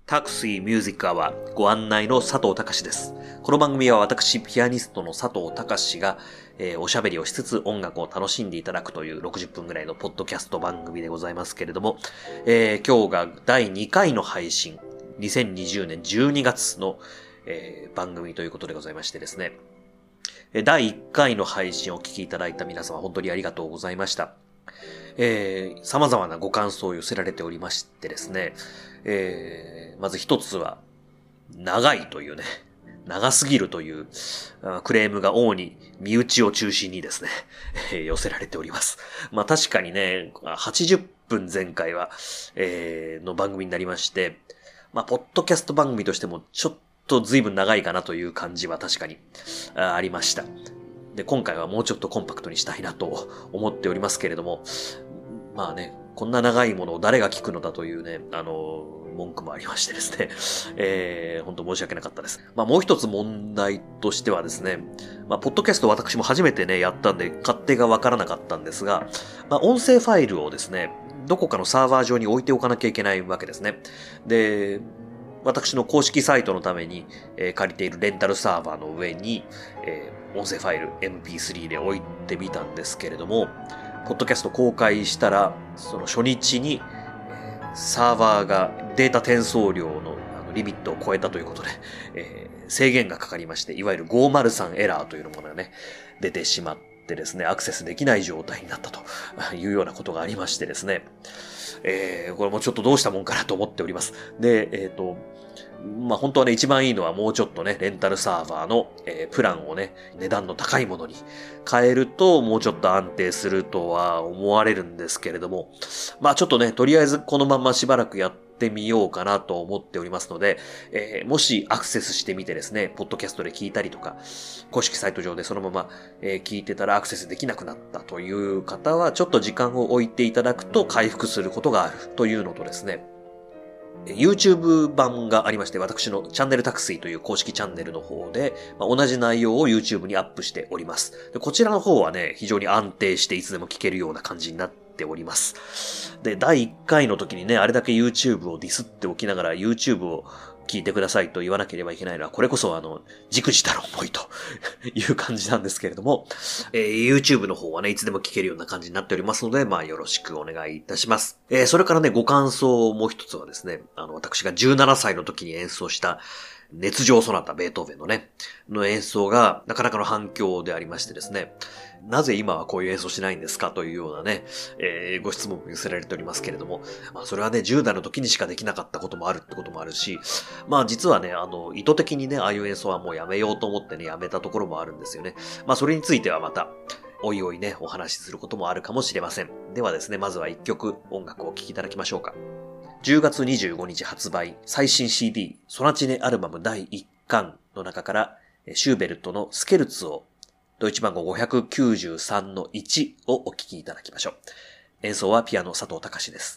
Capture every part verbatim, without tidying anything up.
タクシーミュージックアワーご案内の佐藤隆です。この番組は私、ピアニストの佐藤隆が、えー、おしゃべりをしつつ音楽を楽しんでいただくというろくじゅっぷんぐらいのポッドキャスト番組でございますけれども、えー、今日がだいにかいの配信、にせんにじゅうねんじゅうにがつの、えー、番組ということでございましてですね、だいいっかいの配信をお聞きいただいた皆様本当にありがとうございました。えー、様々なご感想を寄せられておりましてですね、えー、まず一つは、長いというね、長すぎるというクレームが主に身内を中心にですね、えー、寄せられております。まあ確かにね、はちじゅっぷん前回は、えー、の番組になりまして、まあポッドキャスト番組としてもちょっと随分長いかなという感じは確かに あ, ありました。で、今回はもうちょっとコンパクトにしたいなと思っておりますけれども、まあね、こんな長いものを誰が聞くのだというね、あの、文句もありましてですね、えー、本当申し訳なかったです。まあもう一つ問題としてはですね、まあポッドキャスト私も初めてね、やったんで勝手がわからなかったんですが、まあ音声ファイルをですね、どこかのサーバー上に置いておかなきゃいけないわけですね。で、私の公式サイトのために、えー、借りているレンタルサーバーの上に、えー、音声ファイル エムピースリー で置いてみたんですけれども、ポッドキャスト公開したら、その初日に、えー、サーバーがデータ転送量のあのリミットを超えたということで、えー、制限がかかりまして、いわゆるごまるさんエラーというものがね、出てしまってですね、アクセスできない状態になったというようなことがありましてですね、えー、これもちょっとどうしたもんかなと思っております。で、えっと、まあ、本当はね、一番いいのはもうちょっとね、レンタルサーバーの、えー、プランをね、値段の高いものに変えると、もうちょっと安定するとは思われるんですけれども、まあちょっとね、とりあえずこのまましばらくやってみようかなと思っておりますので、えー、もしアクセスしてみてですね、ポッドキャストで聞いたりとか、公式サイト上でそのまま、えー、聞いてたらアクセスできなくなったという方は、ちょっと時間を置いていただくと回復することがあるというのとですね、YouTube 版がありまして、私のチャンネルタクシーという公式チャンネルの方で、まあ、同じ内容を YouTube にアップしております。でこちらの方はね、非常に安定していつでも聞けるような感じになっております。で、だいいっかいの時にね、あれだけ YouTube をディスっておきながら YouTube を聞いてくださいと言わなければいけないのは、これこそあの、じくじたる思いという感じなんですけれども、えー、YouTube の方はね、いつでも聞けるような感じになっておりますので、まあよろしくお願いいたします。えー、それからね、ご感想もう一つはですね、あの、私がじゅうななさいの時に演奏した熱情ソナタ、ベートーベンのね、の演奏がなかなかの反響でありましてですね、なぜ今はこういう演奏しないんですかというようなね、えー、ご質問も寄せられておりますけれども、まあそれはね、じゅう代の時にしかできなかったこともあるってこともあるし、まあ実はね、あの、意図的にね、ああいう演奏はもうやめようと思ってね、やめたところもあるんですよね。まあそれについてはまた、おいおいね、お話しすることもあるかもしれません。ではですね、まずはいっきょく音楽をお聴きいただきましょうか。じゅうがつにじゅうごにち発売、最新 シーディー、ソナチネアルバムだいいっかんの中から、シューベルトのスケルツを、ドイツ番号 ごひゃくきゅうじゅうさんのいち をお聴きいただきましょう。演奏はピアノ佐藤隆です。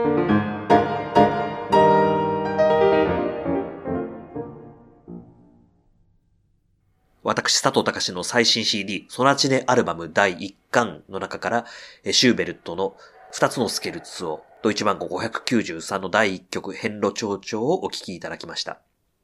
私、佐藤隆の最新 シーディー、ソナチネアルバムだいいっかんの中から、シューベルトのふたつのスケルツを、ドイツ番号ごひゃくきゅうじゅうさんのだいいっきょく、遍路長調をお聴きいただきました。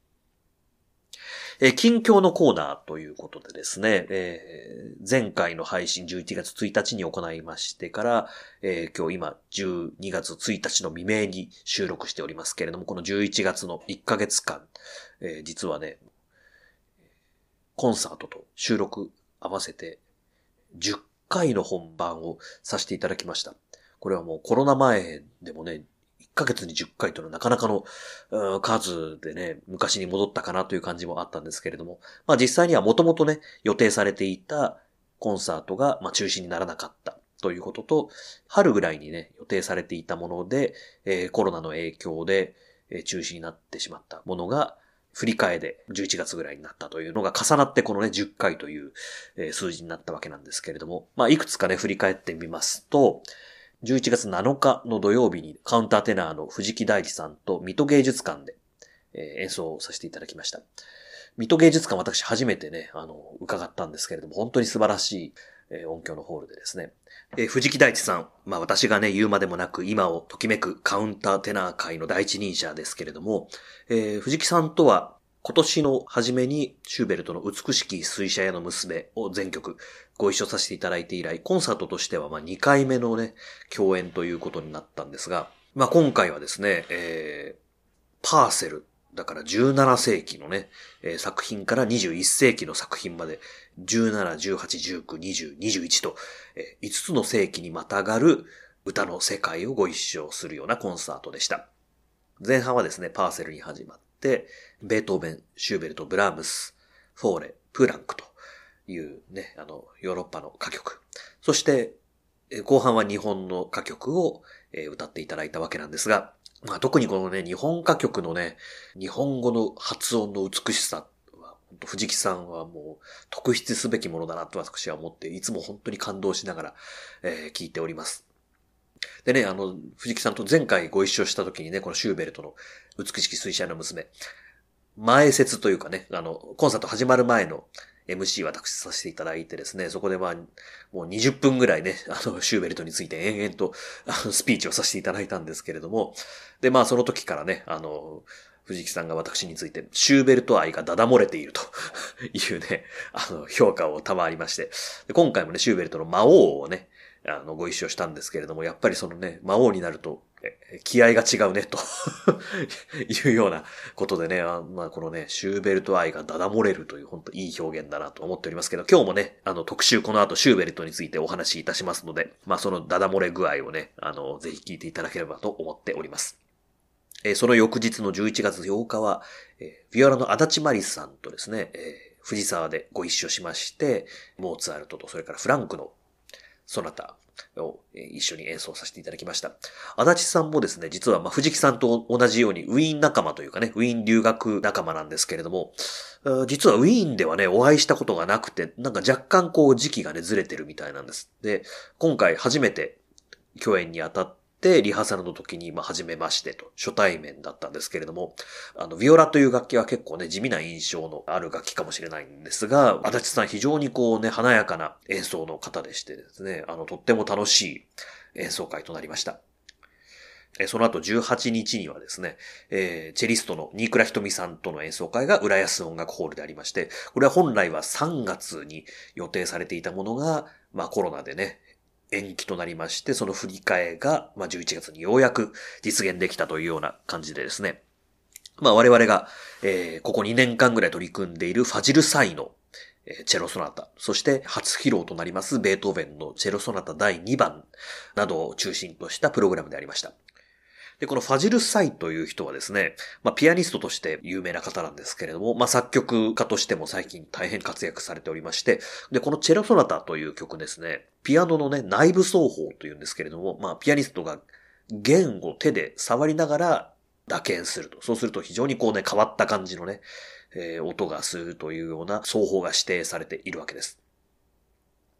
えー、近況のコーナーということでですね、えー、前回の配信じゅういちがつついたちに行いましてから、えー、今日今じゅうにがつついたちの未明に収録しておりますけれども、このじゅういちがつのいっかげつかん、えー、実はね、コンサートと収録合わせてじゅっかいの本番をさせていただきました。これはもうコロナ前でもね、いっかげつにじゅっかいというのはなかなかの、うん、数でね、昔に戻ったかなという感じもあったんですけれども、まあ実際にはもともとね、予定されていたコンサートが、まあ、中止にならなかったということと、春ぐらいにね、予定されていたもので、えー、コロナの影響で、えー、中止になってしまったものが、振り替えでじゅういちがつぐらいになったというのが重なってこのねじゅっかいという数字になったわけなんですけれども、まあいくつかね振り返ってみますと、じゅういちがつなのかの土曜日にカウンターテナーの藤木大地さんと水戸芸術館で演奏させていただきました。水戸芸術館私初めてね、あの、伺ったんですけれども、本当に素晴らしい音響のホールでですね。えー、藤木大地さん、まあ私がね、言うまでもなく今をときめくカウンターテナー界の第一人者ですけれども、えー、藤木さんとは今年の初めにシューベルトの美しき水車屋の娘を全曲ご一緒させていただいて以来、コンサートとしてはまあにかいめのね、共演ということになったんですが、まあ今回はですね、えー、パーセル、だからじゅうななせいきのね、えー、作品からにじゅういっせいきの作品まで、じゅうなな、じゅうはち、じゅうきゅう、にじゅう、にじゅういちと、えー、いつつの世紀にまたがる歌の世界をご一緒するようなコンサートでした。前半はですね、パーセルに始まって、ベートーベン、シューベルト、ブラームス、フォーレ、プーランクというね、あの、ヨーロッパの歌曲。そして、後半は日本の歌曲を歌っていただいたわけなんですが、まあ特にこのね、日本歌曲のね、日本語の発音の美しさは、本当藤木さんはもう特筆すべきものだなと私は思って、いつも本当に感動しながら、えー、聞いております。でね、あの、藤木さんと前回ご一緒した時にね、このシューベルトの美しき水車の娘、前説というかね、あの、コンサート始まる前のエムシー 私させていただいてですね、そこでまあ、もうにじゅっぷんぐらいね、あの、シューベルトについて延々と、あの、スピーチをさせていただいたんですけれども、で、まあ、その時からね、あの、藤木さんが私について、シューベルト愛がダダ漏れているというね、あの、評価を賜りまして、で今回もね、シューベルトの魔王をね、あの、ご一緒したんですけれども、やっぱりそのね、魔王になると、気合が違うね、というようなことでね、あまあこのね、シューベルト愛がダダ漏れるという本当いい表現だなと思っておりますけど、今日もね、あの特集この後シューベルトについてお話しいたしますので、まあそのダダ漏れ具合をね、あの、ぜひ聞いていただければと思っております。えー、その翌日のじゅういちがつようかは、えー、ビオラの足立マリスさんとですね、えー、藤沢でご一緒しまして、モーツァルトとそれからフランクのソナタを一緒に演奏させていただきました。足立さんもですね、実はまあ藤木さんと同じようにウィーン仲間というかね、ウィーン留学仲間なんですけれども、実はウィーンではね、お会いしたことがなくて、なんか若干こう時期がね、ずれてるみたいなんです。で、今回初めて共演にあたって、で、リハーサルの時に、まあ、初めましてと、初対面だったんですけれども、あの、ビオラという楽器は結構ね、地味な印象のある楽器かもしれないんですが、足立さん非常にこうね、華やかな演奏の方でしてですね、あの、とっても楽しい演奏会となりました。その後じゅうはちにちにはですね、えー、チェリストの新倉ひとみさんとの演奏会が浦安音楽ホールでありまして、これは本来はさんがつに予定されていたものが、まあコロナでね、延期となりまして、その振り替えが、まあ、じゅういちがつにようやく実現できたというような感じでですね。まあ、我々が、えー、ここにねんかんぐらい取り組んでいるファジルサイの、えー、チェロソナタ、そして初披露となりますベートーベンのチェロソナタだいにばんなどを中心としたプログラムでありました。で、このファジル・サイという人はですね、まあ、ピアニストとして有名な方なんですけれども、まあ、作曲家としても最近大変活躍されておりまして、で、このチェロソナタという曲ですね、ピアノのね、内部奏法というんですけれども、まあ、ピアニストが弦を手で触りながら打鍵すると。そうすると非常にこうね、変わった感じのね、えー、音がするというような奏法が指定されているわけです。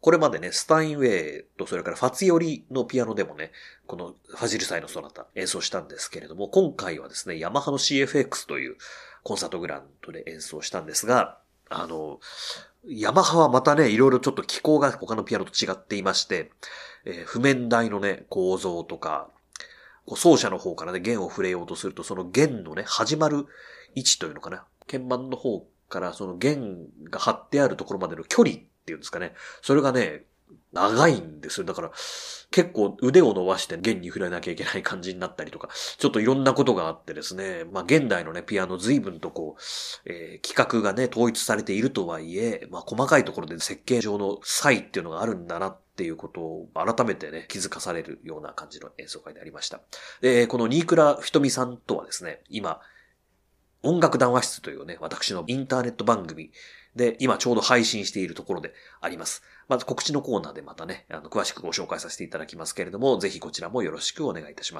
これまでね、スタインウェイとそれからファツィオリのピアノでもね、このファジル祭のソナタ演奏したんですけれども、今回はですね、ヤマハの シーエフエックス というコンサートグランドで演奏したんですが、あの、ヤマハはまたね、いろいろちょっと機構が他のピアノと違っていまして、えー、譜面台のね、構造とか、こう奏者の方からね、弦を触れようとすると、その弦のね、始まる位置というのかな。鍵盤の方からその弦が張ってあるところまでの距離っていうんですかね。それがね、長いんですよ。だから、結構腕を伸ばして弦に触れなきゃいけない感じになったりとか、ちょっといろんなことがあってですね、まあ現代のね、ピアノ随分とこう、えー、規格がね、統一されているとはいえ、まあ細かいところで設計上の差異っていうのがあるんだなっていうことを改めてね、気づかされるような感じの演奏会でありました。で、この新倉ひとみさんとはですね、今、音楽談話室というね、私のインターネット番組で、今ちょうど配信しているところであります。まず告知のコーナーでまたね、あの、詳しくご紹介させていただきますけれども、ぜひこちらもよろしくお願いいたします。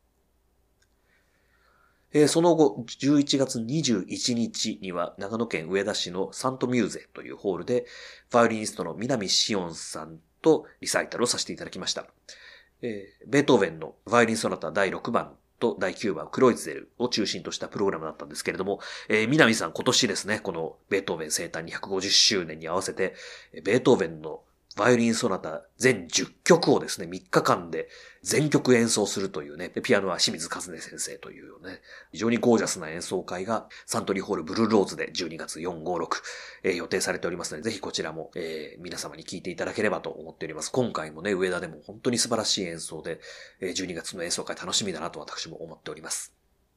えー、その後、じゅういちがつにじゅういちにちには、長野県上田市のサントミューゼというホールで、バイオリニストの南紫音さんとリサイタルをさせていただきました。えー、ベートーベンのバイオリンソナタだいろくばん、とだいきゅうばんクロイツェルを中心としたプログラムだったんですけれども、えー、南さん今年ですね、このベートーベン生誕にひゃくごじゅっしゅうねんに合わせて、ベートーベンのバイオリンソナタ全じゅっきょくをですね、みっかかんで全曲演奏するというね、ピアノは清水和音先生というね、非常にゴージャスな演奏会がサントリーホールブルーローズでじゅうにがつよん、ご、ろく、えー、予定されておりますので、ぜひこちらも、えー、皆様に聴いていただければと思っております。今回もね、上田でも本当に素晴らしい演奏で、じゅうにがつの演奏会楽しみだなと私も思っております。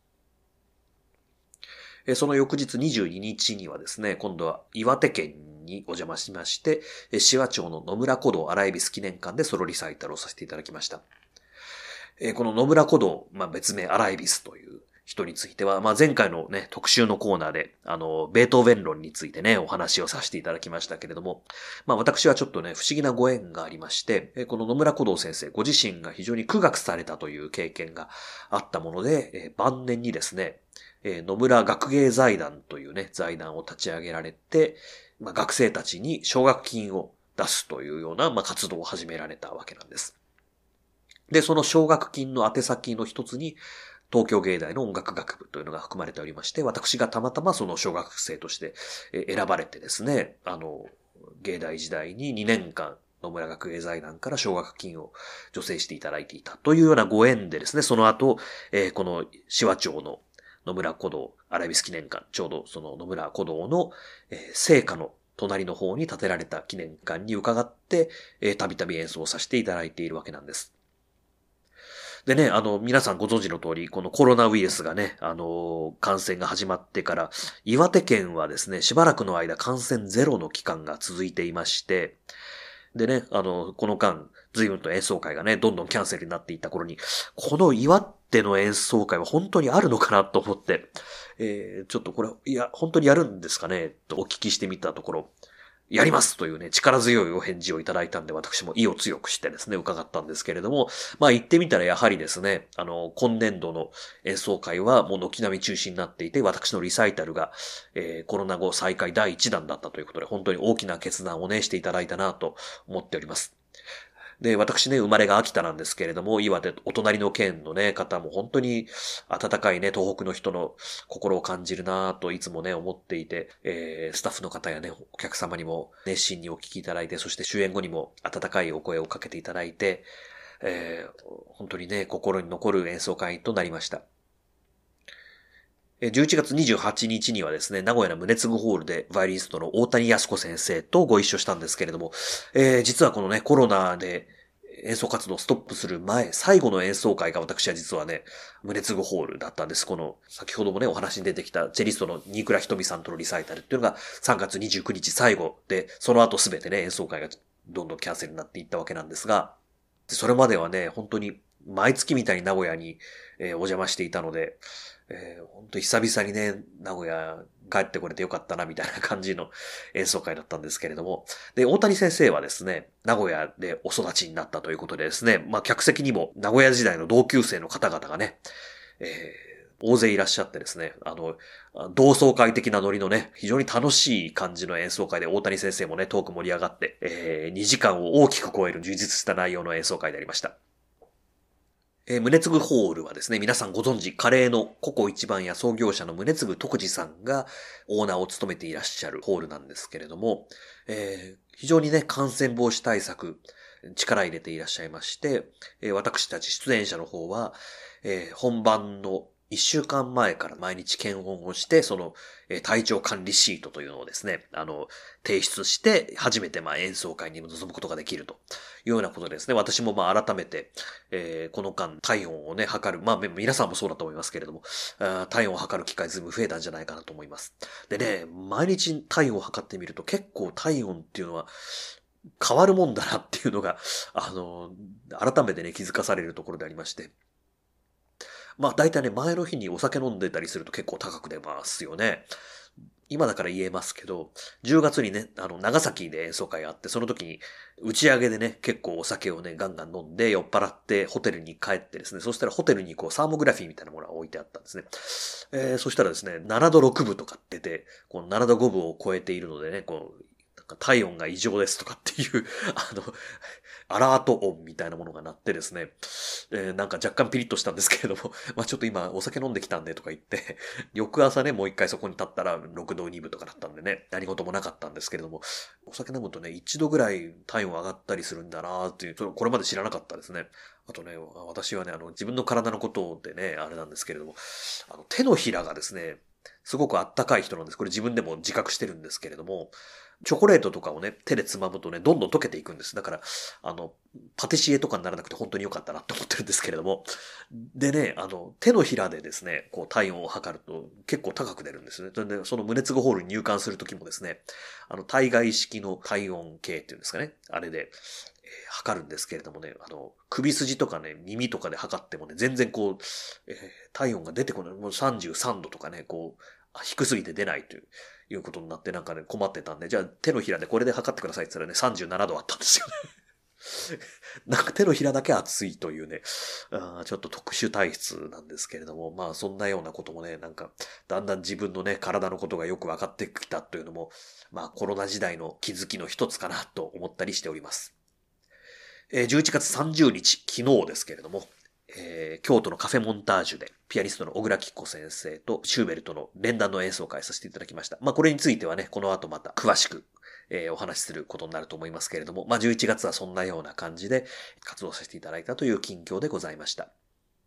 その翌日にじゅうににちにはですね、今度は岩手県にお邪魔しまして、紫波町の野村古道荒恵比寿記念館でソロリサイタルをさせていただきました。この野村古道、まあ、別名荒恵比寿という人については、まあ、前回のね、特集のコーナーで、あの、ベートーベン論についてね、お話をさせていただきましたけれども、まあ、私はちょっとね、不思議なご縁がありまして、この野村古道先生、ご自身が非常に苦学されたという経験があったもので、晩年にですね、野村学芸財団というね、財団を立ち上げられて、まあ、学生たちに奨学金を出すというような、まあ、活動を始められたわけなんです。で、その奨学金の宛先の一つに、東京芸大の音楽学部というのが含まれておりまして、私がたまたまその奨学生として選ばれてですね、あの、芸大時代ににねんかん、野村学芸財団から奨学金を助成していただいていたというようなご縁でですね、その後、えー、この紫波町の野村古道荒恵比寿記念館、ちょうどその野村古道の、えー、聖火の隣の方に建てられた記念館に伺って、えー、たびたび演奏させていただいているわけなんです。でね、あの、皆さんご存知の通り、このコロナウイルスがね、あの、感染が始まってから、岩手県はですね、しばらくの間感染ゼロの期間が続いていまして、でね、あの、この間、随分と演奏会がね、どんどんキャンセルになっていった頃に、この岩手の演奏会は本当にあるのかなと思って、えー、ちょっとこれ、いや、本当にやるんですかねとお聞きしてみたところ、やりますというね、力強いお返事をいただいたんで、私も意を強くしてですね、伺ったんですけれども、まあ言ってみたらやはりですね、あの、今年度の演奏会はもう軒並み中止になっていて、私のリサイタルが、えー、コロナ後再開だいいちだんだったということで、本当に大きな決断をね、していただいたなと思っております。で、私ね、生まれが秋田なんですけれども、岩手、お隣の県のね、方も本当に温かいね、東北の人の心を感じるなぁといつもね、思っていて、えー、スタッフの方やね、お客様にも熱心にお聞きいただいて、そして終演後にも温かいお声をかけていただいて、えー、本当にね、心に残る演奏会となりました。じゅういちがつにじゅうはちにちにはですね、名古屋の宗次ホールでバイオリニストの大谷康子先生とご一緒したんですけれども、えー、実はこのね、コロナで演奏活動をストップする前、最後の演奏会が私は実はね、宗次ホールだったんです。この、先ほどもね、お話に出てきたチェリストの新倉ひとみさんとのリサイタルっていうのがさんがつにじゅうくにち最後で、その後すべてね、演奏会がどんどんキャンセルになっていったわけなんですが、それまではね、本当に毎月みたいに名古屋に、えー、お邪魔していたので、えー、本当に久々にね、名古屋帰ってこれてよかったなみたいな感じの演奏会だったんですけれども。で、大谷先生はですね、名古屋でお育ちになったということでですね、まあ客席にも名古屋時代の同級生の方々がね、え大勢いらっしゃってですね、あの、同窓会的なノリのね、非常に楽しい感じの演奏会で、大谷先生もね、トーク盛り上がって、えー、にじかんを大きく超える充実した内容の演奏会でありました。えー、宗次ホールはですね、皆さんご存知、カレーのココ一番屋創業者の宗次徳次さんがオーナーを務めていらっしゃるホールなんですけれども、えー、非常にね、感染防止対策、力入れていらっしゃいまして、えー、私たち出演者の方は、えー、本番の一週間前から毎日検温をして、その、えー、体調管理シートというのをですね、あの、提出して、初めてまあ演奏会に臨むことができるというようなことですね。私もまあ改めて、えー、この間体温をね、測る。まあ皆さんもそうだと思いますけれども、体温を測る機会ずいぶん増えたんじゃないかなと思います。でね、毎日体温を測ってみると結構体温っていうのは、変わるもんだなっていうのが、あの、改めてね、気づかされるところでありまして。まあ大体ね、前の日にお酒飲んでたりすると結構高く出ますよね。今だから言えますけど、じゅうがつにね、あの、長崎で演奏会があって、その時に打ち上げでね、結構お酒をね、ガンガン飲んで酔っ払ってホテルに帰ってですね、そしたらホテルにこうサーモグラフィーみたいなものが置いてあったんですね。えー、そしたらですね、ななどろくぶとか出て、このななどごぶを超えているのでね、こう、体温が異常ですとかっていう、あの、アラート音みたいなものが鳴ってですね、えー、なんか若干ピリッとしたんですけれども、まあちょっと今お酒飲んできたんでとか言って、翌朝ね、もう一回そこに立ったらろくどにぶとかだったんでね、何事もなかったんですけれども、お酒飲むとね、いちどぐらい体温上がったりするんだなーっていう、これまで知らなかったですね。あとね、私はね、あの、自分の体のことでね、あれなんですけれども、あの、手のひらがですね、すごくあったかい人なんです。これ自分でも自覚してるんですけれども、チョコレートとかをね、手でつまむとね、どんどん溶けていくんです。だから、あの、パティシエとかにならなくて本当に良かったなって思ってるんですけれども。でね、あの、手のひらでですね、こう体温を測ると結構高く出るんですね。で、その宗次ホールに入館するときもですね、あの、体外式の体温計っていうんですかね、あれで、えー、測るんですけれどもね、あの、首筋とかね、耳とかで測ってもね、全然こう、えー、体温が出てこない。もうさんじゅうさんどとかね、こう、低すぎて出ないという。いうことになってなんかね困ってたんで、じゃあ手のひらでこれで測ってくださいって言ったらね、さんじゅうななどあったんですよね。なんか手のひらだけ熱いというね、あちょっと特殊体質なんですけれども、まあそんなようなこともね、なんかだんだん自分のね、体のことがよく分かってきたというのも、まあコロナ時代の気づきの一つかなと思ったりしております。えー、じゅういちがつさんじゅうにち、昨日ですけれども、えー、京都のカフェモンタージュで、ピアニストの小倉吉子先生とシューベルトの連弾の演奏会させていただきました。まあこれについてはね、この後また詳しく、えー、お話しすることになると思いますけれども、まあじゅういちがつはそんなような感じで活動させていただいたという近況でございました。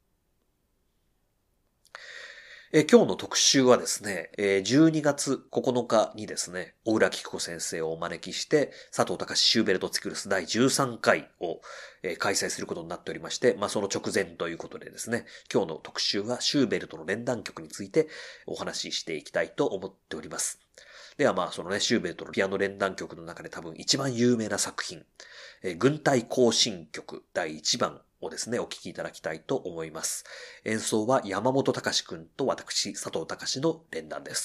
え今日の特集はですね、えじゅうにがつここのかにですね、小倉吉子先生をお招きして、佐藤隆シューベルトツィクルスだいじゅうさんかいを、え開催することになっておりまして、まあその直前ということでですね、今日の特集はシューベルトの連弾曲についてお話ししていきたいと思っております。ではまあそのね、シューベルトのピアノ連弾曲の中で多分一番有名な作品、え軍隊行進曲だいいちばんをですね、お聴きいただきたいと思います。演奏は山本隆くんと私、佐藤隆の連弾です。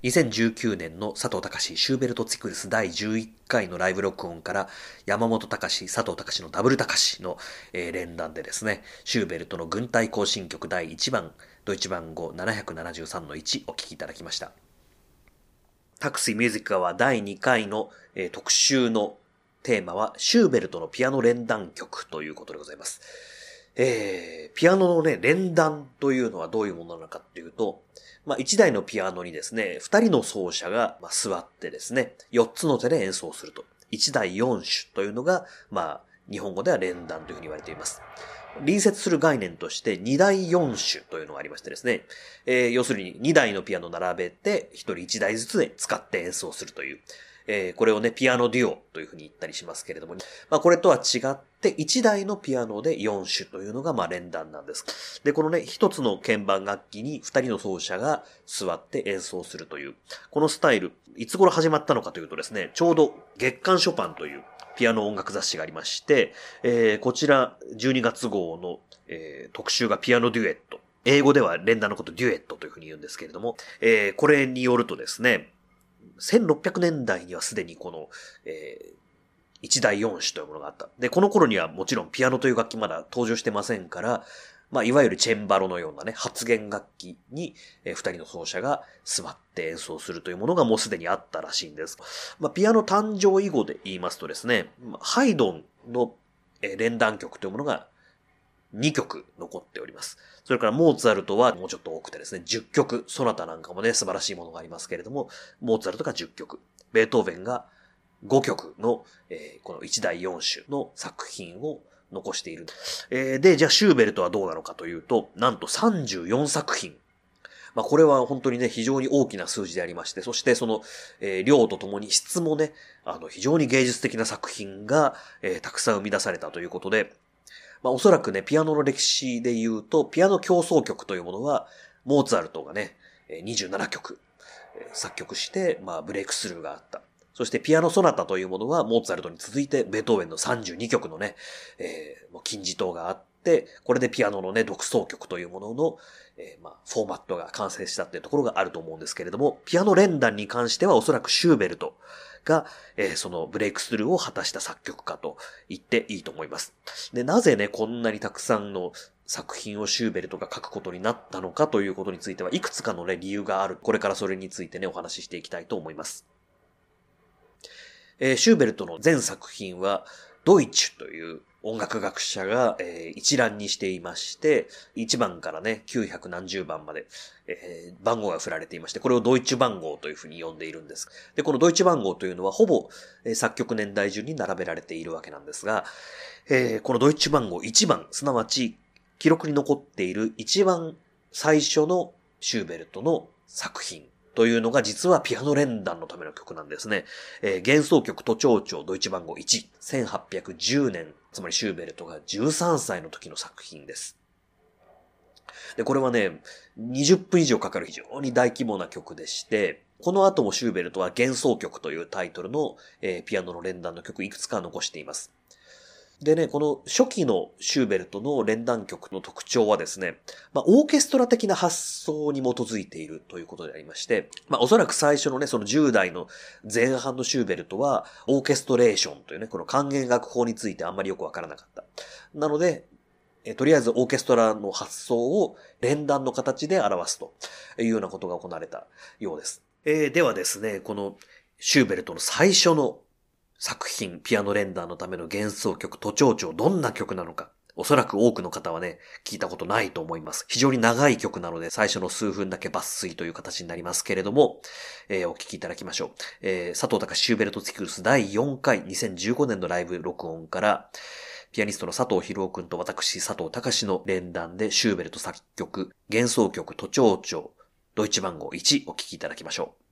にせんじゅうきゅうねんの佐藤隆シューベルト・ツィクルスだいじゅういっかいのライブ録音から山本隆佐藤隆のダブル隆の、えー、連弾でですね、シューベルトの軍隊行進曲だいいちばん、ドイツ番号 ななひゃくななじゅうさんのいち お聴きいただきました。タクシーミュージックアワーだいにかいの、えー、特集のテーマはシューベルトのピアノ連弾曲ということでございます。えー、ピアノのね、連弾というのはどういうものなのかっていうと、まあ、いちだいのピアノにですね、ふたりの奏者が、まあ、座ってですね、よっつの手で演奏すると。いちだいよんしゅというのが、まあ、日本語では連弾というふうに言われています。隣接する概念としてにだいよんしゅというのがありましてですね、えー、要するににだいのピアノを並べてひとりいちだいずつで使って演奏するという、えー、これをね、ピアノデュオというふうに言ったりしますけれども、まあ、これとは違っていちだいのピアノでよんしゅというのがまあ連弾なんです。で、このね、ひとつの鍵盤楽器にふたりの奏者が座って演奏するという、このスタイル、いつ頃始まったのかというとですね、ちょうど月刊ショパンというピアノ音楽雑誌がありまして、えー、こちらじゅうにがつ号の、えー、特集がピアノデュエット。英語では連弾のことデュエットというふうに言うんですけれども、えー、これによるとですね、せんろっぴゃくねんだいにはすでにこの、えー、いちだいよんしゅというものがあった。で、この頃にはもちろんピアノという楽器まだ登場してませんから、まあ、いわゆるチェンバロのようなね、発弦楽器に、えー、二人の奏者が座って演奏するというものがもうすでにあったらしいんです。まあ、ピアノ誕生以後で言いますとですね、ハイドンの、えー、連弾曲というものがにきょく残っております。それからモーツァルトはもうちょっと多くてですね、じゅっきょく、ソナタなんかもね、素晴らしいものがありますけれども、モーツァルトがじゅっきょく、ベートーベンがごきょくの、えー、このいちだいよんしゅの作品を残している。えー、で、じゃあシューベルトはどうなのかというと、なんとさんじゅうよんさくひん。まあこれは本当にね、非常に大きな数字でありまして、そしてその、えー、量とともに質もね、あの、非常に芸術的な作品が、えー、たくさん生み出されたということで、まあおそらくね、ピアノの歴史で言うと、ピアノ協奏曲というものは、モーツァルトがね、にじゅうななきょく作曲して、まあブレイクスルーがあった。そしてピアノソナタというものはモーツァルトに続いてベートーベンのさんじゅうにきょくのね、えー、金字塔があって、これでピアノのね、独奏曲というものの、えー、まあ、フォーマットが完成したっていうところがあると思うんですけれども、ピアノ連弾に関してはおそらくシューベルトが、えー、そのブレイクスルーを果たした作曲家と言っていいと思います。で、なぜね、こんなにたくさんの作品をシューベルトが書くことになったのかということについてはいくつかのね、理由がある。これからそれについてね、お話ししていきたいと思います。えー、シューベルトの全作品は、ドイツという音楽学者が、えー、一覧にしていまして、いちばんからね、きゅうひゃくなんじゅうばんまで、えー、番号が振られていまして、これをドイツ番号というふうに呼んでいるんです。で、このドイツ番号というのは、ほぼ、えー、作曲年代順に並べられているわけなんですが、えー、このドイツ番号いちばん、すなわち、記録に残っている一番最初のシューベルトの作品というのが実はピアノ連弾のための曲なんですね。えー、幻想曲都庁長ドイツ番号いち、せんはっぴゃくじゅうねん、つまりシューベルトがじゅうさんさいの時の作品です。で、これはね、にじゅっぷん以上かかる非常に大規模な曲でして、この後もシューベルトは幻想曲というタイトルの、えー、ピアノの連弾の曲いくつか残しています。でね、この初期のシューベルトの連弾曲の特徴はですね、まあ、オーケストラ的な発想に基づいているということでありまして、まあ、おそらく最初のね、そのじゅうだいの前半のシューベルトは、オーケストレーションというね、この管弦楽法についてあんまりよくわからなかった。なので、えとりあえずオーケストラの発想を連弾の形で表すというようなことが行われたようです。えー、ではですね、このシューベルトの最初の作品、ピアノ連弾のための幻想曲、都庁長、どんな曲なのか。おそらく多くの方はね、聞いたことないと思います。非常に長い曲なので、最初の数分だけ抜粋という形になりますけれども、えー、お聴きいただきましょう。えー、佐藤隆シューベルト・ツィクルスだいよんかい、にせんじゅうごねんのライブ録音から、ピアニストの佐藤博夫くんと私、佐藤隆の連弾でシューベルト作曲、幻想曲、都庁長、ドイツ番号いち、お聴きいただきましょう。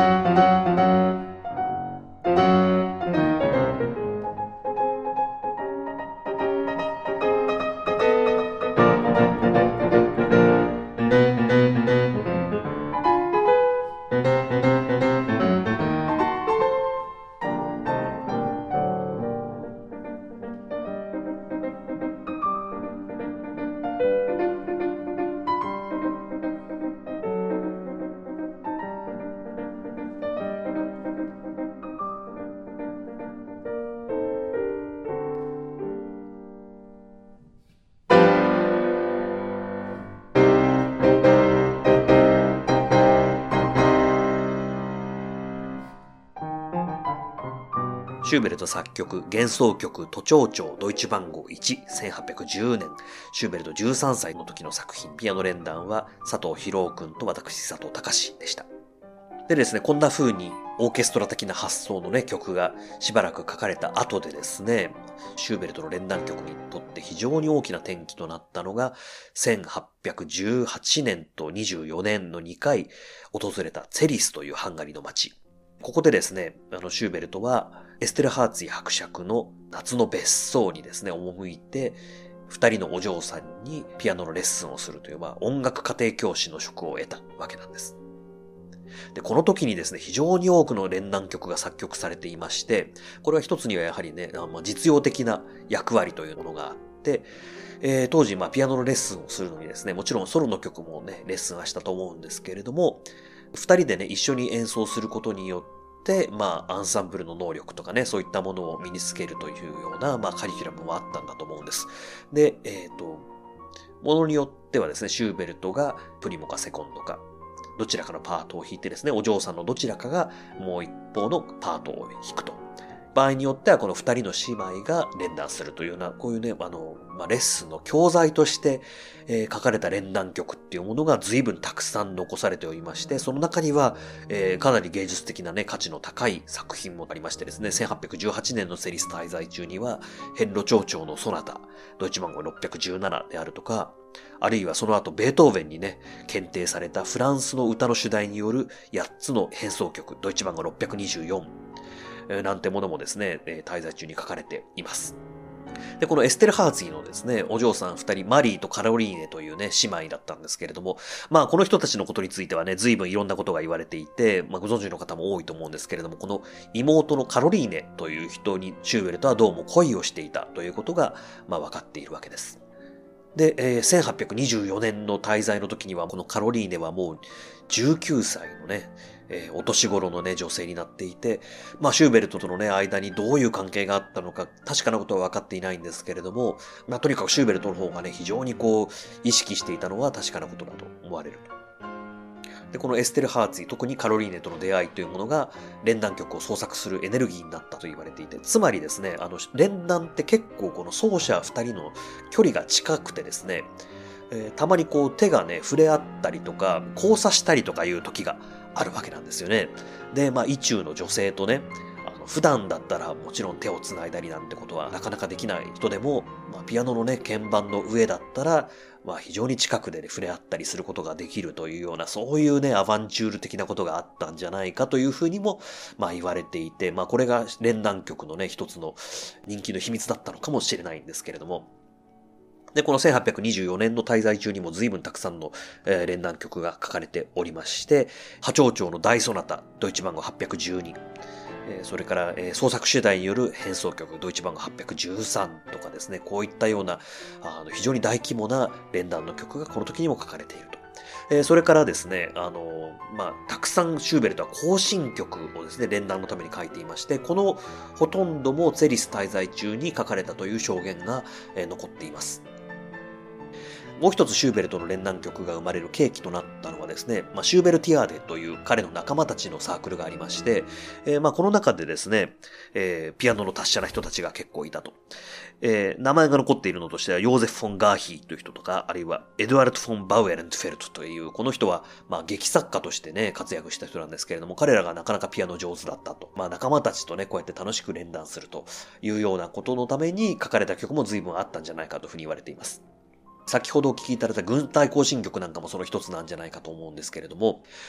シューベルト作曲、幻想曲、都庁長、ドイツ番号いち、せんはっぴゃくじゅうねん。シューベルトじゅうさんさいの時の作品、ピアノ連弾は佐藤博夫くんと私佐藤隆でした。でですね、こんな風にオーケストラ的な発想のね、曲がしばらく書かれた後でですね、シューベルトの連弾曲にとって非常に大きな転機となったのが、せんはっぴゃくじゅうはちねんとにじゅうよねんのにかい訪れたツェリスというハンガリーの街。ここでですね、あの、シューベルトは、エステルハーツィ伯爵の夏の別荘にですね、赴いて、二人のお嬢さんにピアノのレッスンをするという、まあ、音楽家庭教師の職を得たわけなんです。で、この時にですね、非常に多くの連弾曲が作曲されていまして、これは一つにはやはりね、まあ、実用的な役割というものがあって、えー、当時、まあ、ピアノのレッスンをするのにですね、もちろんソロの曲もね、レッスンはしたと思うんですけれども、二人でね、一緒に演奏することによって、まあ、アンサンブルの能力とかね、そういったものを身につけるというような、まあ、カリキュラムもあったんだと思うんです。で、えっと、ものによってはですね、シューベルトがプリモかセコンドか、どちらかのパートを弾いてですね、お嬢さんのどちらかがもう一方のパートを弾くと。場合によってはこの二人の姉妹が連弾するというような、こういうね、あの、まあ、レッスンの教材として、えー、書かれた連弾曲っていうものが随分たくさん残されておりまして、その中には、えー、かなり芸術的なね、価値の高い作品もありましてですね、せんはっぴゃくじゅうはちねんのセリス滞在中には、遍路長調のソナタ、ドイツ番号ろっぴゃくじゅうななであるとか、あるいはその後ベートーベンにね、検定されたフランスの歌の主題によるやっつの変奏曲、ドイツ番号ろっぴゃくにじゅうよん、なんてものもですね、滞在中に書かれています。で、このエステルハーツィのですね、お嬢さん二人、マリーとカロリーネというね、姉妹だったんですけれども、まあこの人たちのことについてはね、随分いろんなことが言われていて、まあご存知の方も多いと思うんですけれども、この妹のカロリーネという人にシューベルトはどうも恋をしていたということが、まあ分かっているわけです。で、えー、せんはっぴゃくにじゅうよねんの滞在の時には、このカロリーネはもうじゅうきゅうさいのね、えー、お年頃のね、女性になっていて、まあ、シューベルトとのね、間にどういう関係があったのか、確かなことは分かっていないんですけれども、まあ、とにかくシューベルトの方がね、非常にこう、意識していたのは確かなことだと思われると。で、このエステル・ハーツィ、特にカロリーネとの出会いというものが、連弾曲を創作するエネルギーになったと言われていて、つまりですね、あの、連弾って結構この奏者二人の距離が近くてですね、えー、たまにこう手がね、触れ合ったりとか、交差したりとかいう時があるわけなんですよね。で、まあ、意中の女性とね、あの普段だったらもちろん手を繋いだりなんてことはなかなかできない人でも、まあ、ピアノのね、鍵盤の上だったら、まあ、非常に近くで、ね、触れ合ったりすることができるというような、そういうね、アバンチュール的なことがあったんじゃないかというふうにも、まあ、言われていて、まあ、これが連弾曲のね、一つの人気の秘密だったのかもしれないんですけれども、で、このせんはっぴゃくにじゅうよねんの滞在中にも随分たくさんの、えー、連弾曲が書かれておりまして、波長長の大ソナタ、ドイツ番号はっぴゃくじゅうに、えー、それから、えー、創作主題による変奏曲、ドイツ番号はっぴゃくじゅうさんとかですね、こういったような、あの非常に大規模な連弾の曲がこの時にも書かれていると。えー、それからですね、あの、まあ、たくさんシューベルトは行進曲をですね、連弾のために書いていまして、このほとんどもツェリス滞在中に書かれたという証言が、えー、残っています。もう一つシューベルトの連弾曲が生まれる契機となったのはですね、まあ、シューベルティアーデという彼の仲間たちのサークルがありまして、えー、まあこの中でですね、えー、ピアノの達者な人たちが結構いたと。えー、名前が残っているのとしては、ヨーゼフ・フォン・ガーヒーという人とか、あるいはエドワルド・フォン・バウエレントフェルトという、この人は、まあ劇作家としてね、活躍した人なんですけれども、彼らがなかなかピアノ上手だったと。まあ仲間たちとね、こうやって楽しく連弾するというようなことのために書かれた曲も随分あったんじゃないかというふうに言われています。先ほどお聴きいただいた軍隊行進曲なんかもその一つなんじゃないかと思うんですけれども、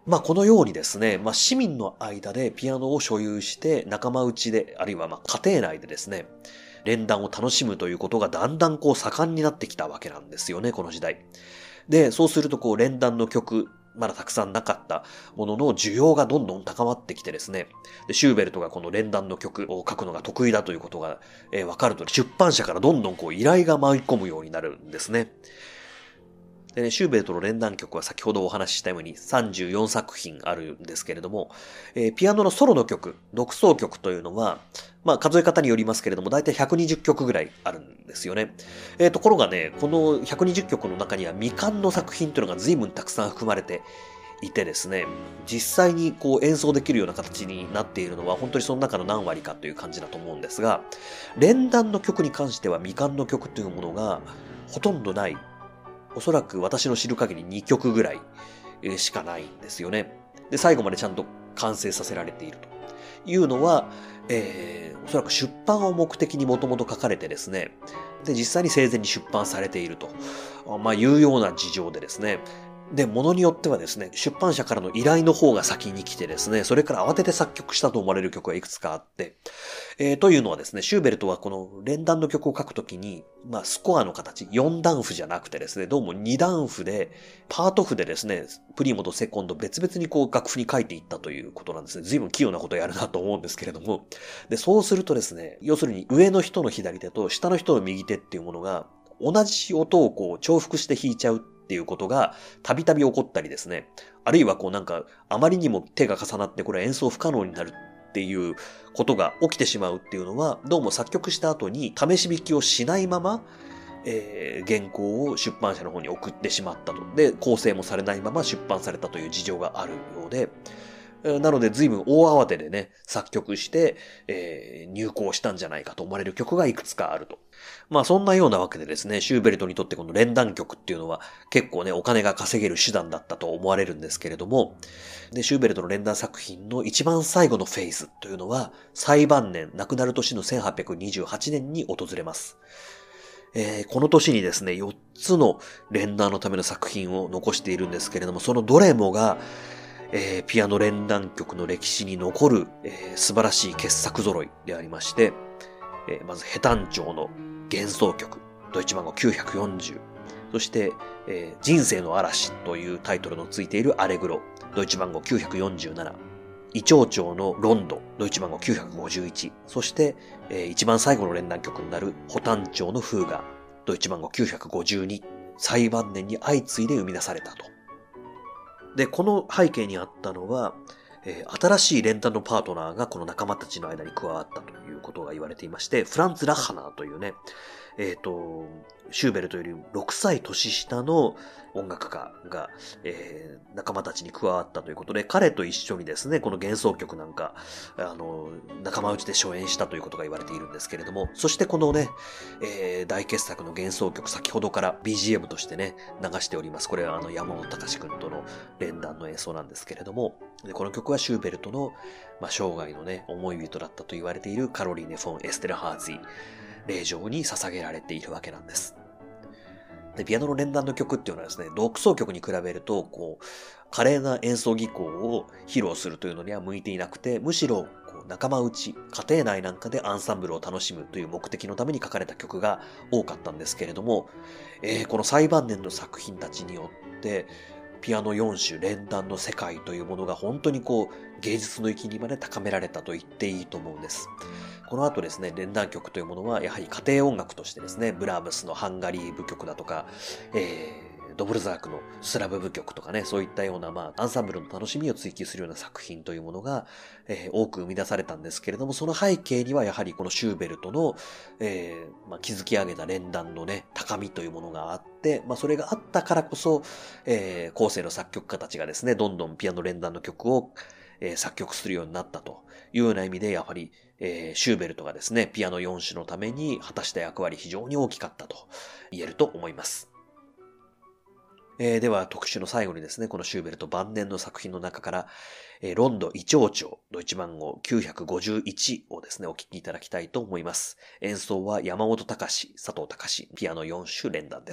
まあこのようにですね、まあ市民の間でピアノを所有して仲間内で、あるいはまあ家庭内でですね、連弾を楽しむということがだんだんこう盛んになってきたわけなんですよね、この時代。で、そうするとこう連弾の曲、まだたくさんなかったものの需要がどんどん高まってきてですね、でシューベルトがこの連弾の曲を書くのが得意だということが、えー、分かると、出版社からどんどんこう依頼が舞い込むようになるんですね。でね、シューベルトの連弾曲は先ほどお話ししたようにさんじゅうよんさく品あるんですけれども、えー、ピアノのソロの曲、独奏曲というのは、まあ数え方によりますけれども、だいたいひゃくにじゅっきょくぐらいあるんですよね。えー、ところがね、このひゃくにじゅっきょくの中には未完の作品というのが随分たくさん含まれていてですね、実際にこう演奏できるような形になっているのは本当にその中の何割かという感じだと思うんですが、連弾の曲に関しては未完の曲というものがほとんどない。おそらく私の知る限りにきょくぐらいしかないんですよね。で、最後までちゃんと完成させられているというのは、えー、おそらく出版を目的にもともと書かれてですね、で、実際に生前に出版されていると、まあ、いうような事情でですね、で、ものによってはですね、出版社からの依頼の方が先に来てですね、それから慌てて作曲したと思われる曲がいくつかあって、えー、というのはですね、シューベルトはこの連弾の曲を書くときに、まあ、スコアの形、よん段譜じゃなくてですね、どうもに段譜で、パート譜でですね、プリモとセコンド別々にこう楽譜に書いていったということなんですね。随分器用なことをやるなと思うんですけれども。で、そうするとですね、要するに上の人の左手と下の人の右手っていうものが、同じ音をこう重複して弾いちゃうっていうことがたびたび起こったりですね。あるいはこうなんかあまりにも手が重なってこれ演奏不可能になるっていうことが起きてしまうっていうのは、どうも作曲した後に試し弾きをしないまま、えー、原稿を出版社の方に送ってしまったと。で、構成もされないまま出版されたという事情があるようで、なので随分大慌てでね、作曲して、えー、入稿したんじゃないかと思われる曲がいくつかあると。まあそんなようなわけでですね、シューベルトにとってこの連弾曲っていうのは結構ね、お金が稼げる手段だったと思われるんですけれども、で、シューベルトの連弾作品の一番最後のフェーズというのは、最晩年、亡くなる年のせんはっぴゃくにじゅうはちねんに訪れます。えー、この年にですね、よっつの連弾のための作品を残しているんですけれども、そのどれもが、えー、ピアノ連弾曲の歴史に残る、えー、素晴らしい傑作揃いでありまして、えー、まずヘタン調の幻想曲、ドイツ番号きゅうひゃくよんじゅう、そして、えー、人生の嵐というタイトルのついているアレグロ、ドイツ番号きゅうひゃくよんじゅうなな、イチョウ調のロンド、ドイツ番号きゅうひゃくごじゅういち、そして、えー、一番最後の連弾曲になるホタン調のフーガ、ドイツ番号きゅうひゃくごじゅうに、最晩年に相次いで生み出されたと。で、この背景にあったのは、えー、新しい連弾のパートナーがこの仲間たちの間に加わったということが言われていまして、フランツ・ラッハナーというね、えっと、シューベルトよりろくさい年下の音楽家が、えー、仲間たちに加わったということで、彼と一緒にですね、この幻想曲なんか、あの、仲間内で初演したということが言われているんですけれども、そしてこのね、えー、大傑作の幻想曲、先ほどから ビージーエム としてね、流しております。これはあの、山本隆君との連弾の演奏なんですけれども、でこの曲はシューベルトの、まあ、生涯のね、思い人だったと言われているカロリーネ・フォン・エステルハーツィ霊場に捧げられているわけなんです。で、ピアノの連弾の曲っていうのはですね、独奏曲に比べると、こう、華麗な演奏技巧を披露するというのには向いていなくて、むしろ、こう、仲間内、家庭内なんかでアンサンブルを楽しむという目的のために書かれた曲が多かったんですけれども、えー、この最晩年の作品たちによって、ピアノよん種連弾の世界というものが本当にこう芸術の域にまで高められたと言っていいと思うんです。この後ですね、連弾曲というものはやはり家庭音楽としてですね、ブラームスのハンガリー舞曲だとか、えー、ドブルザークのスラブ舞曲とかね、そういったようなまあアンサンブルの楽しみを追求するような作品というものが、えー、多く生み出されたんですけれども、その背景にはやはりこのシューベルトの、えーまあ、築き上げた連弾のね、高みというものがあって、まあそれがあったからこそ、えー、後世の作曲家たちがですね、どんどんピアノ連弾の曲を、えー、作曲するようになったというような意味で、やはり、えー、シューベルトがですね、ピアノよん種のために果たした役割非常に大きかったと言えると思います。えー、では特集の最後にですね、このシューベルト晩年の作品の中から、えー、ロンドイチョウ調ドイツ番号きゅうひゃくごじゅういちをですね、お聴きいただきたいと思います。演奏は山本隆、佐藤隆、ピアノよん種連弾です。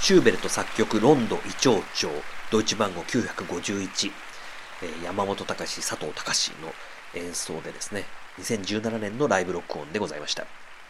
シューベルト作曲ロンド異長調、ドイツ番号きゅうひゃくごじゅういち、えー、山本隆、佐藤隆の演奏でですね、にせんじゅうななねんのライブ録音でございました。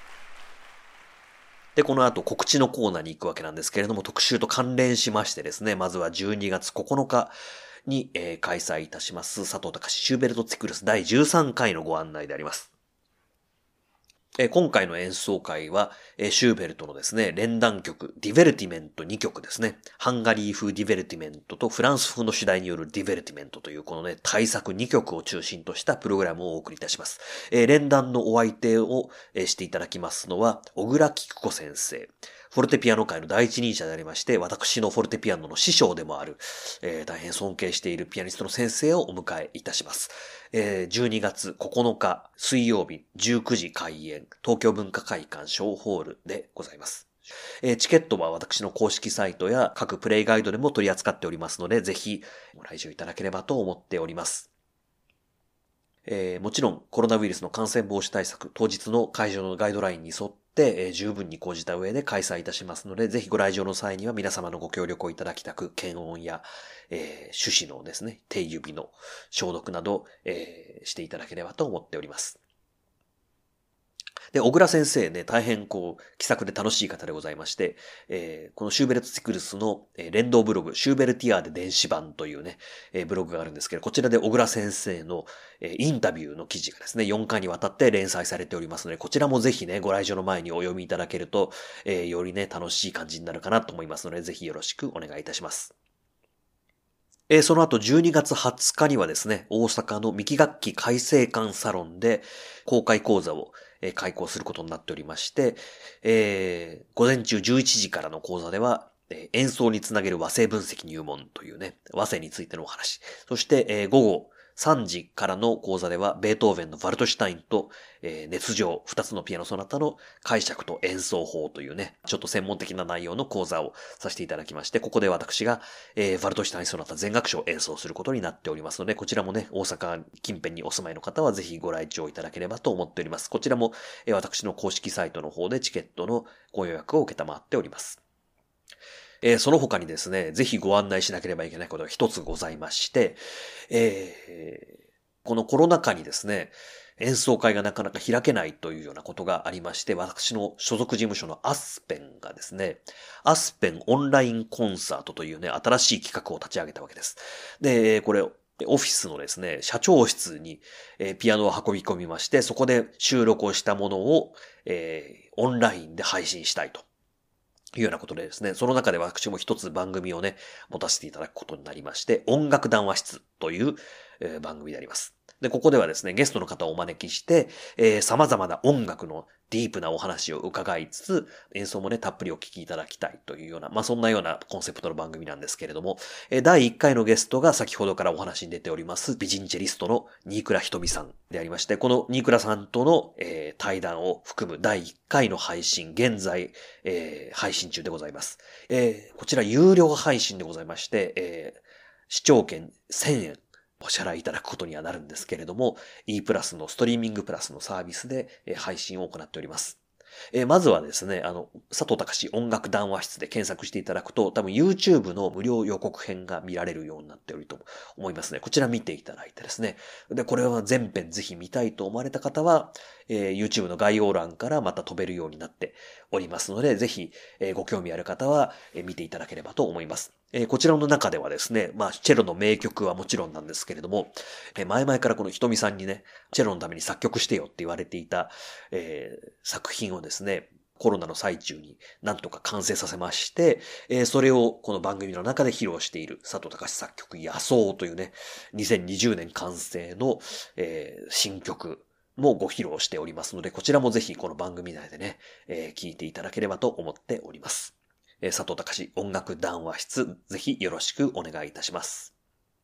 で、この後告知のコーナーに行くわけなんですけれども、特集と関連しましてですね、まずはじゅうにがつここのかに、えー、開催いたします佐藤隆シューベルトツィクルスだいじゅうさんかいのご案内であります。えー、今回の演奏会は、えー、シューベルトのですね、連弾曲、ディベルティメントにきょくですね。ハンガリー風ディベルティメントとフランス風の主題によるディベルティメントというこのね、大作にきょくを中心としたプログラムをお送りいたします。えー、連弾のお相手を、えー、していただきますのは、小倉菊子先生。フォルテピアノ界の第一人者でありまして、私のフォルテピアノの師匠でもある、えー、大変尊敬しているピアニストの先生をお迎えいたします。えー、じゅうにがつここのか水曜日じゅうくじ開演、東京文化会館小ホールでございます。えー、チケットは私の公式サイトや各プレイガイドでも取り扱っておりますので、ぜひご来場いただければと思っております。えー、もちろんコロナウイルスの感染防止対策、当日の会場のガイドラインに沿って、えー、十分に講じた上で開催いたしますので、ぜひご来場の際には皆様のご協力をいただきたく、検温や、えー、手指のですね、手指の消毒など、えー、していただければと思っております。で、小倉先生ね、大変こう、気さくで楽しい方でございまして、えー、このシューベルトツィクルスの、えー、連動ブログ、シューベルティアーで電子版というね、えー、ブログがあるんですけど、こちらで小倉先生の、えー、インタビューの記事がですね、よんかいにわたって連載されておりますので、こちらもぜひね、ご来場の前にお読みいただけると、えー、よりね、楽しい感じになるかなと思いますので、ぜひよろしくお願いいたします。えー、その後じゅうにがつはつかにはですね、大阪の三木楽器開成館サロンで公開講座を開講することになっておりまして、えー、午前中じゅういちじからの講座では、えー、演奏につなげる和声分析入門というね、和声についてのお話。そして、えー、午後さんじからの講座では、ベートーベンのヴァルトシュタインと、えー、熱情、二つのピアノソナタの解釈と演奏法というね、ちょっと専門的な内容の講座をさせていただきまして、ここで私が、えー、ヴァルトシュタインソナタ全楽章を演奏することになっておりますので、こちらもね、大阪近辺にお住まいの方はぜひご来場いただければと思っております。こちらも、えー、私の公式サイトの方でチケットのご予約を受けたまっております。えー、その他にですね、ぜひご案内しなければいけないことが一つございまして、えー、このコロナ禍にですね、演奏会がなかなか開けないというようなことがありまして、私の所属事務所のアスペンがですね、アスペンオンラインコンサートというね、新しい企画を立ち上げたわけです。で、これ、オフィスのですね、社長室に、えー、ピアノを運び込みまして、そこで収録をしたものを、えー、オンラインで配信したいと。いうようなことでですね、その中で私も一つ番組をね、持たせていただくことになりまして、音楽談話室という、えー、番組であります。で、ここではですね、ゲストの方をお招きして、えー、様々な音楽のディープなお話を伺いつつ、演奏もね、たっぷりお聞きいただきたいというような、まあ、そんなようなコンセプトの番組なんですけれども、えー、だいいっかいのゲストが先ほどからお話に出ております、美人チェリストの新倉ひとみさんでありまして、この新倉さんとの、えー、対談を含むだいいっかいの配信、現在、えー、配信中でございます。えー、こちら有料配信でございまして、えー、視聴券せんえん、お支払いいただくことにはなるんですけれども、E プラスのストリーミングプラスのサービスで配信を行っております。えー、まずはですね、あの、佐藤隆音楽談話室で検索していただくと、多分 YouTube の無料予告編が見られるようになっておると思いますね。こちら見ていただいてですね。で、これは全編ぜひ見たいと思われた方は、えー、YouTube の概要欄からまた飛べるようになっておりますので、ぜひ、えー、ご興味ある方は、えー、見ていただければと思います。えー、こちらの中ではですね、まあ、チェロの名曲はもちろんなんですけれども、えー、前々からこのひとみさんにね、チェロのために作曲してよって言われていた、えー、作品をですね、コロナの最中になんとか完成させまして、えー、それをこの番組の中で披露している佐藤隆作曲野草というね、にせんにじゅうねん完成の、えー、新曲もご披露しておりますので、こちらもぜひこの番組内でね、えー、聞いていただければと思っております。えー、佐藤隆音楽談話室、ぜひよろしくお願いいたします。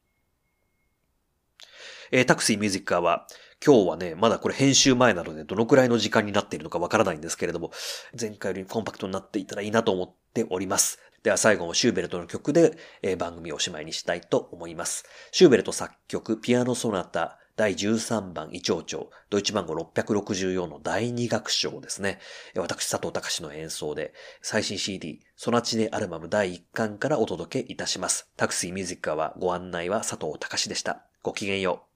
えー、タクシーミュージックアワー。今日はね、まだこれ編集前なのでどのくらいの時間になっているのかわからないんですけれども、前回よりコンパクトになっていたらいいなと思っております。では最後もシューベルトの曲で、えー、番組をおしまいにしたいと思います。シューベルト作曲ピアノソナタだいじゅうさんばん異長調、ドイツ番号ろっぴゃくろくじゅうよんのだいに楽章ですね。私、佐藤隆の演奏で、最新 シーディー、ソナチネアルバムだいいっかんからお届けいたします。タクシーミュージックはご案内は佐藤隆でした。ごきげんよう。